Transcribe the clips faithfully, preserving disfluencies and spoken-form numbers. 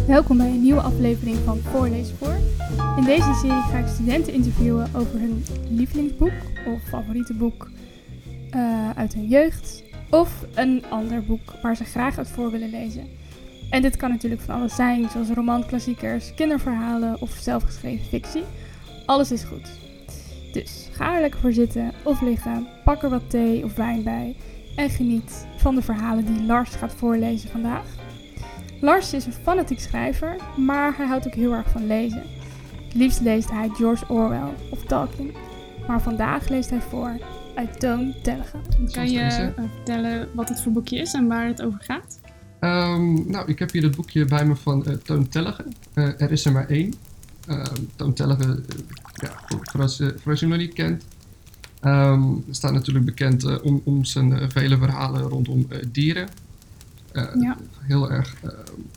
Welkom bij een nieuwe aflevering van Voorleesvoor. In deze serie ga ik studenten interviewen over hun lievelingsboek of favoriete boek uh, uit hun jeugd of een ander boek waar ze graag uit voor willen lezen. En dit kan natuurlijk van alles zijn, zoals romanklassiekers, kinderverhalen of zelfgeschreven fictie. Alles is goed. Dus ga er lekker voor zitten of liggen, pak er wat thee of wijn bij en geniet van de verhalen die Lars gaat voorlezen vandaag. Lars is een fanatiek schrijver, maar hij houdt ook heel erg van lezen. Het liefst leest hij George Orwell of Tolkien, maar vandaag leest hij voor uit Toon Tellegen. Kan je uh, vertellen wat het voor boekje is en waar het over gaat? Um, nou, ik heb hier het boekje bij me van uh, Toon Tellegen. Uh, er is er maar één. Uh, Toon Tellegen, uh, ja, voor, voor, als, uh, voor als je hem nog niet kent. Um, staat natuurlijk bekend uh, om, om zijn uh, vele verhalen rondom uh, dieren. Uh, ja. Heel erg... Uh,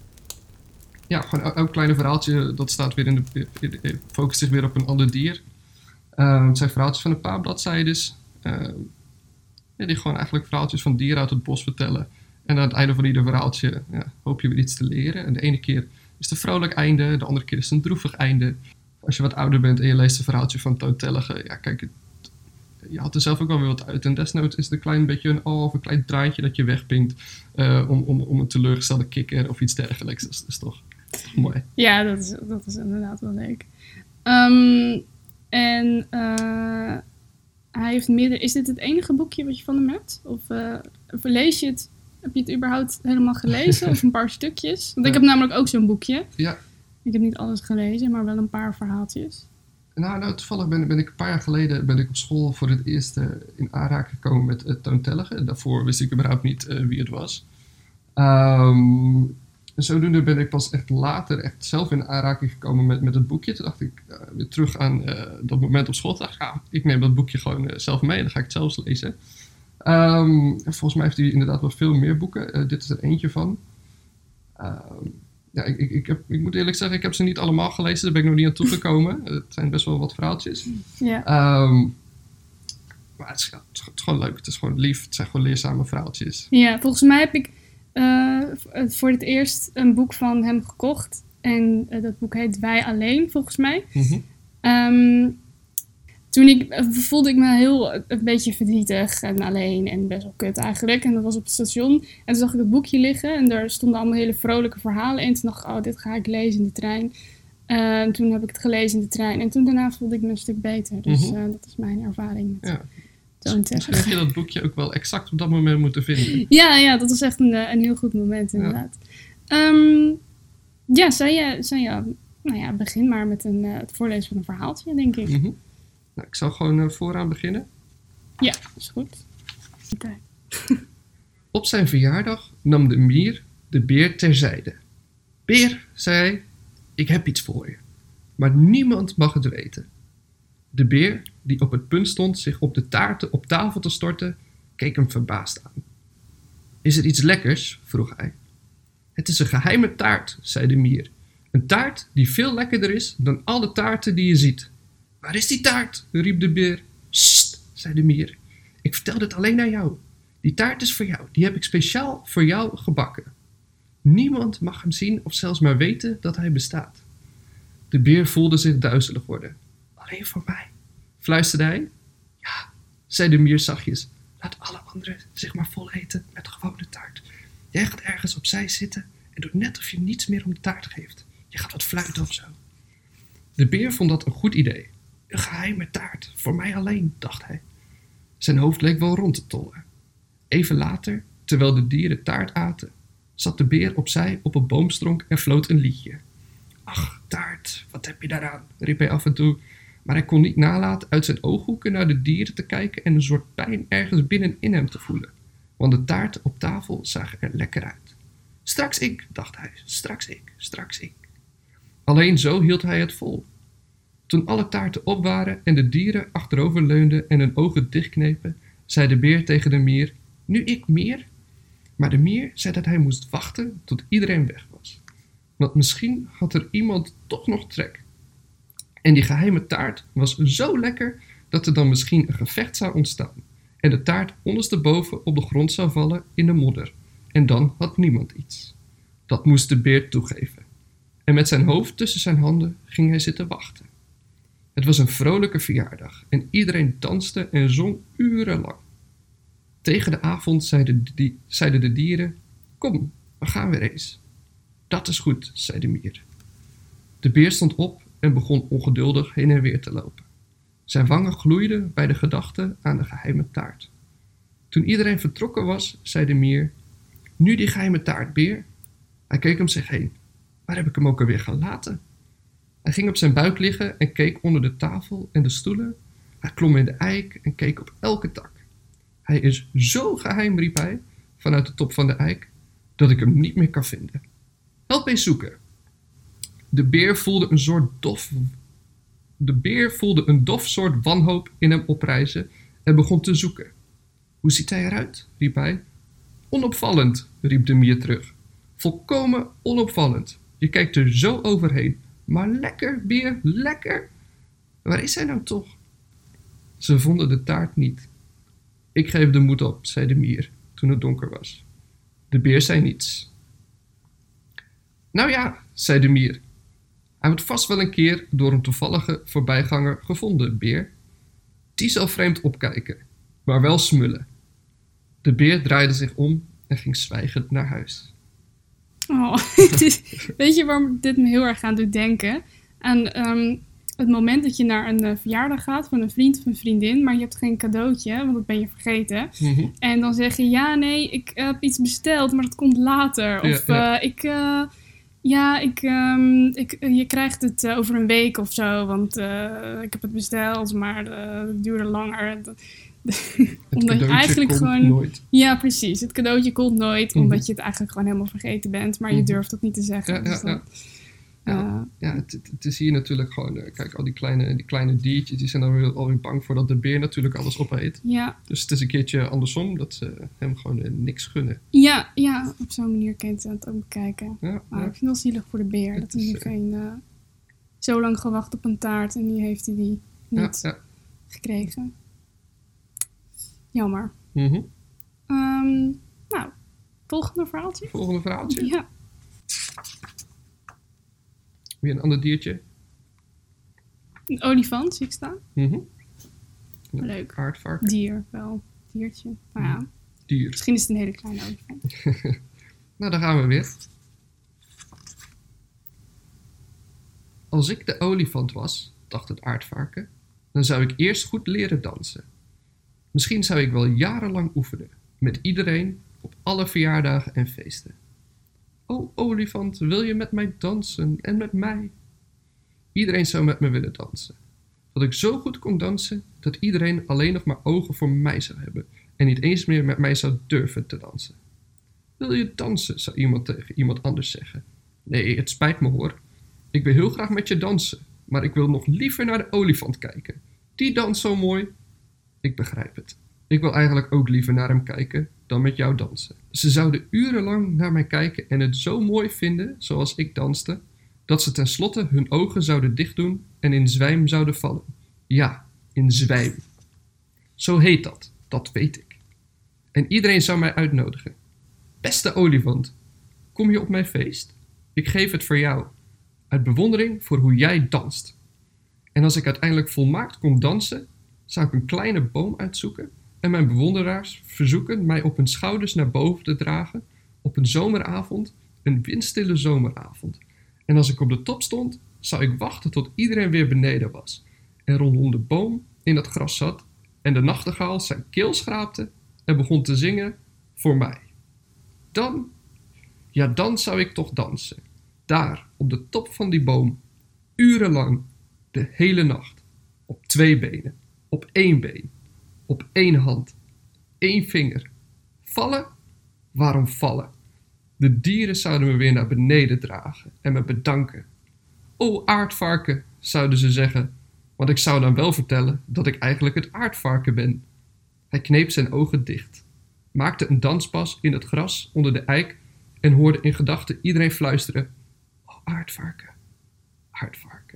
ja, gewoon elk kleine verhaaltje, dat staat weer in de... In de focust zich weer op een ander dier. Uh, het zijn verhaaltjes van een paar bladzijdes. Uh, ja, die gewoon eigenlijk verhaaltjes van dieren uit het bos vertellen. En aan het einde van ieder verhaaltje ja, hoop je weer iets te leren. En de ene keer is het een vrolijk einde, de andere keer is het een droevig einde. Als je wat ouder bent en je leest een verhaaltje van Toon Tellegen, ja kijk, het, je had er zelf ook wel weer wat uit. En desnoods is het een klein beetje een oh, of een klein draadje dat je wegpinkt uh, om, om, om een teleurgestelde kikker of iets dergelijks. Dat is, dat is toch, toch mooi. Ja, dat is, dat is inderdaad wel leuk. Um, en uh, hij heeft meerdere... Is dit het enige boekje wat je van hem hebt? Of, uh, of lees je het... Heb je het überhaupt helemaal gelezen? Of een paar stukjes? Want ik heb namelijk ook zo'n boekje. Ja. Ik heb niet alles gelezen, maar wel een paar verhaaltjes. Nou, nou toevallig ben, ben ik een paar jaar geleden ben ik op school voor het eerst uh, in aanraking gekomen met uh, Toon Tellegen. Daarvoor wist ik überhaupt niet uh, wie het was. Um, en zodoende ben ik pas echt later echt zelf in aanraking gekomen met, met het boekje. Toen dacht ik uh, weer terug aan uh, dat moment op school. Toen dacht ik, ja, ik neem dat boekje gewoon uh, zelf mee en dan ga ik het zelfs lezen. Um, volgens mij heeft hij inderdaad wel veel meer boeken. Uh, dit is er eentje van. Um, ja, ik, ik, ik, heb, ik moet eerlijk zeggen, ik heb ze niet allemaal gelezen. Daar ben ik nog niet aan toegekomen. Het zijn best wel wat verhaaltjes. Ja. Um, maar het is, het is gewoon leuk. Het is gewoon lief. Het zijn gewoon leerzame verhaaltjes. Ja, volgens mij heb ik uh, voor het eerst een boek van hem gekocht. En uh, dat boek heet Wij Alleen, volgens mij. Mm-hmm. Um, Toen ik, voelde ik me heel een beetje verdrietig en alleen en best wel kut eigenlijk. En dat was op het station. En toen zag ik het boekje liggen en daar stonden allemaal hele vrolijke verhalen in. Toen dacht ik, oh, dit ga ik lezen in de trein. Uh, en toen heb ik het gelezen in de trein. En toen daarna voelde ik me een stuk beter. Dus uh, dat is mijn ervaring met ja. Toon Tellegen. Misschien heb je dat boekje ook wel exact op dat moment moeten vinden. Ja, ja, dat was echt een, een heel goed moment inderdaad. Ja, um, ja zou je, zou je nou ja, begin maar met een, uh, het voorlezen van een verhaaltje, denk ik. Mm-hmm. Nou, ik zal gewoon uh, vooraan beginnen. Ja, dat is goed. Okay. Op zijn verjaardag nam de mier de beer terzijde. Beer, zei hij, ik heb iets voor je. Maar niemand mag het weten. De beer, die op het punt stond zich op de taarten op tafel te storten, keek hem verbaasd aan. Is er iets lekkers? Vroeg hij. Het is een geheime taart, zei de mier. Een taart die veel lekkerder is dan alle taarten die je ziet. Waar is die taart? Riep de beer. Sst, zei de mier. Ik vertel dit alleen aan jou. Die taart is voor jou. Die heb ik speciaal voor jou gebakken. Niemand mag hem zien of zelfs maar weten dat hij bestaat. De beer voelde zich duizelig worden. Alleen voor mij, fluisterde hij. Ja, zei de mier zachtjes. Laat alle anderen zich maar vol eten met gewone taart. Jij gaat ergens opzij zitten en doet net of je niets meer om de taart geeft. Je gaat wat fluiten of zo. De beer vond dat een goed idee. Een geheime taart, voor mij alleen, dacht hij. Zijn hoofd leek wel rond te tollen. Even later, terwijl de dieren taart aten, zat de beer opzij op een boomstronk en floot een liedje. Ach, taart, wat heb je daaraan, riep hij af en toe, maar hij kon niet nalaten uit zijn ooghoeken naar de dieren te kijken en een soort pijn ergens binnenin hem te voelen, want de taarten op tafel zagen er lekker uit. Straks ik, dacht hij, straks ik, straks ik. Alleen zo hield hij het vol. Toen alle taarten op waren en de dieren achterover leunden en hun ogen dichtknepen, zei de beer tegen de mier, nu ik mier? Maar de mier zei dat hij moest wachten tot iedereen weg was. Want misschien had er iemand toch nog trek. En die geheime taart was zo lekker dat er dan misschien een gevecht zou ontstaan. En de taart ondersteboven op de grond zou vallen in de modder. En dan had niemand iets. Dat moest de beer toegeven. En met zijn hoofd tussen zijn handen ging hij zitten wachten. Het was een vrolijke verjaardag en iedereen danste en zong urenlang. Tegen de avond zeiden de, di- zeiden de dieren: kom, we gaan weer eens. Dat is goed, zei de mier. De beer stond op en begon ongeduldig heen en weer te lopen. Zijn wangen gloeiden bij de gedachte aan de geheime taart. Toen iedereen vertrokken was, zei de mier: nu die geheime taart, beer. Hij keek om zich heen. Waar heb ik hem ook alweer gelaten? Hij ging op zijn buik liggen en keek onder de tafel en de stoelen. Hij klom in de eik en keek op elke tak. Hij is zo geheim, riep hij vanuit de top van de eik, dat ik hem niet meer kan vinden. Help eens zoeken. De beer voelde een soort dof... De beer voelde een dof soort wanhoop in hem oprijzen en begon te zoeken. Hoe ziet hij eruit? Riep hij. Onopvallend, riep de mier terug. Volkomen onopvallend. Je kijkt er zo overheen. Maar lekker, beer, lekker. Waar is hij nou toch? Ze vonden de taart niet. Ik geef de moed op, zei de mier, toen het donker was. De beer zei niets. Nou ja, zei de mier. Hij wordt vast wel een keer door een toevallige voorbijganger gevonden, beer. Die zal vreemd opkijken, maar wel smullen. De beer draaide zich om en ging zwijgend naar huis. Oh, weet je waarom dit me heel erg aan doet denken? Aan um, het moment dat je naar een uh, verjaardag gaat van een vriend of een vriendin, maar je hebt geen cadeautje, want dat ben je vergeten. Mm-hmm. En dan zeg je, ja, nee, ik heb iets besteld, maar dat komt later. Of Ja, ja. Uh, ik, uh, ja, ik, um, ik, uh, je krijgt het uh, over een week of zo, want uh, ik heb het besteld, maar uh, het duurde langer. Het Omdat je eigenlijk komt gewoon... nooit. Ja, precies. Het cadeautje komt nooit, Mm-hmm. omdat je het eigenlijk gewoon helemaal vergeten bent. Maar je Mm-hmm. durft het niet te zeggen. Ja, ja, dus dan, ja. Ja, uh, ja het, het, het is hier natuurlijk gewoon... uh, Kijk, al die kleine, die kleine diertjes, die zijn alweer, alweer bang voor dat de beer natuurlijk alles opeet. ja. Dus het is een keertje andersom, dat ze hem gewoon uh, niks gunnen. Ja, ja, op zo'n manier kun je het ook bekijken. Ja, Maar ja. ik vind het wel zielig voor de beer. Het Dat hij is, nu uh, geen... Uh, zo lang gewacht op een taart en nu heeft hij die Ja, niet ja. gekregen. Jammer. Mhm. Um, nou, volgende verhaaltje. Volgende verhaaltje. Ja. Weer een ander diertje. Een olifant zie ik staan. Mhm. Ja, Leuk. Aardvarken. Dier, wel. Diertje. Nou ja, Dier. misschien is het een hele kleine olifant. Nou, daar gaan we weer. Als ik de olifant was, dacht het aardvarken, dan zou ik eerst goed leren dansen. Misschien zou ik wel jarenlang oefenen, met iedereen, op alle verjaardagen en feesten. O olifant, wil je met mij dansen en met mij? Iedereen zou met me willen dansen. Dat ik zo goed kon dansen, dat iedereen alleen nog maar ogen voor mij zou hebben en niet eens meer met mij zou durven te dansen. Wil je dansen, zou iemand tegen iemand anders zeggen. Nee, het spijt me hoor. Ik wil heel graag met je dansen, maar ik wil nog liever naar de olifant kijken. Die danst zo mooi. Ik begrijp het. Ik wil eigenlijk ook liever naar hem kijken dan met jou dansen. Ze zouden urenlang naar mij kijken en het zo mooi vinden, zoals ik danste, dat ze tenslotte hun ogen zouden dichtdoen en in zwijm zouden vallen. Ja, in zwijm. Zo heet dat, dat weet ik. En iedereen zou mij uitnodigen. Beste olifant, kom je op mijn feest? Ik geef het voor jou, uit bewondering voor hoe jij danst. En als ik uiteindelijk volmaakt kon dansen, zou ik een kleine boom uitzoeken en mijn bewonderaars verzoeken mij op hun schouders naar boven te dragen op een zomeravond, een windstille zomeravond. En als ik op de top stond, zou ik wachten tot iedereen weer beneden was en rondom de boom in het gras zat en de nachtegaal zijn keel schraapte en begon te zingen voor mij. Dan, ja dan zou ik toch dansen, daar op de top van die boom, urenlang, de hele nacht, op twee benen, op één been, op één hand, één vinger. Vallen? Waarom vallen? De dieren zouden me weer naar beneden dragen en me bedanken. O aardvarken, zouden ze zeggen, want ik zou dan wel vertellen dat ik eigenlijk het aardvarken ben. Hij kneep zijn ogen dicht, maakte een danspas in het gras onder de eik en hoorde in gedachten iedereen fluisteren: O aardvarken, aardvarken.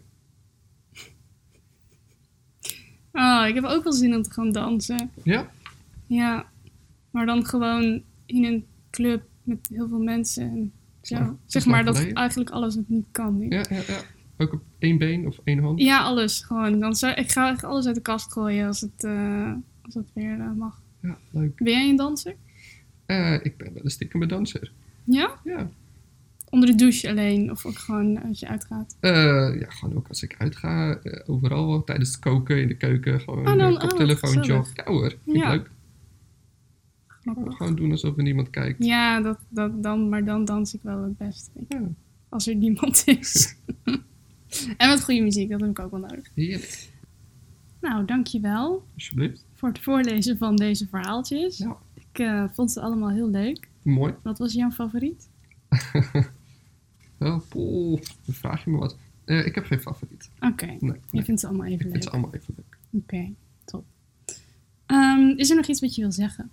Oh, ik heb ook wel zin om te gaan dansen. Ja? Ja, maar dan gewoon in een club met heel veel mensen. En Ja, lang- dat zeg is lang maar dat geleden. eigenlijk alles het niet kan. nu. Ja, ja, ja. Ook op één been of één hand. Ja, alles. Gewoon. Dan zou, ik ga echt alles uit de kast gooien als het, eh, als het weer eh, mag. Ja, leuk. Ben jij een danser? Eh, ik ben wel een stikkeme danser. Ja? Ja. Onder de douche alleen? Of ook gewoon als je uitgaat? Eh, ja, gewoon ook als ik uitga. eh, overal. Tijdens het koken, in de keuken. Gewoon Oh, dan- een oh, koptelefoontje. gezellig. Of, ja hoor, vind ik Ja. leuk. Grappig. Gewoon doen alsof er niemand kijkt. Ja, dat, dat, dan, maar dan dans ik wel het best. Denk ik. Ja, Als er niemand is. En met goede muziek, dat heb ik ook wel nodig. heerlijk. Nou, dankjewel Alsjeblieft. voor het voorlezen van deze verhaaltjes. Ja, Ik eh, vond ze allemaal heel leuk. mooi. Wat was jouw favoriet? Oh, poeh, dan vraag je me wat. Eh, ik heb geen favoriet. Oké, Nee, je nee. vindt ze allemaal even Ik leuk. vind ze allemaal even leuk. Oké, top. Ehm, is er nog iets wat je wil zeggen?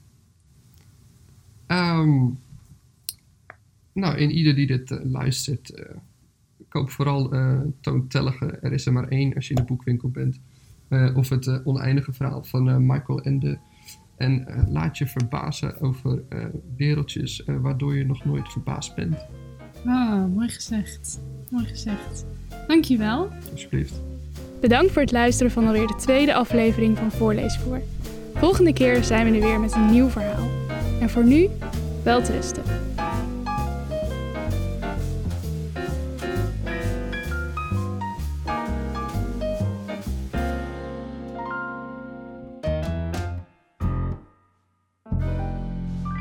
Ehm, nou, in ieder die dit eh, luistert, eh, koop vooral uh, Toontellige. Er is er maar één als je in de boekwinkel bent. Uh, of het uh, oneindige verhaal van uh, Michael Ende. En uh, laat je verbazen over uh, wereldjes uh, waardoor je nog nooit verbaasd bent. Ah, mooi gezegd. Mooi gezegd. Dankjewel. Alsjeblieft. Bedankt voor het luisteren van alweer de tweede aflevering van Voorleesvoer. Volgende keer zijn we er weer met een nieuw verhaal. En voor nu, wel te rusten.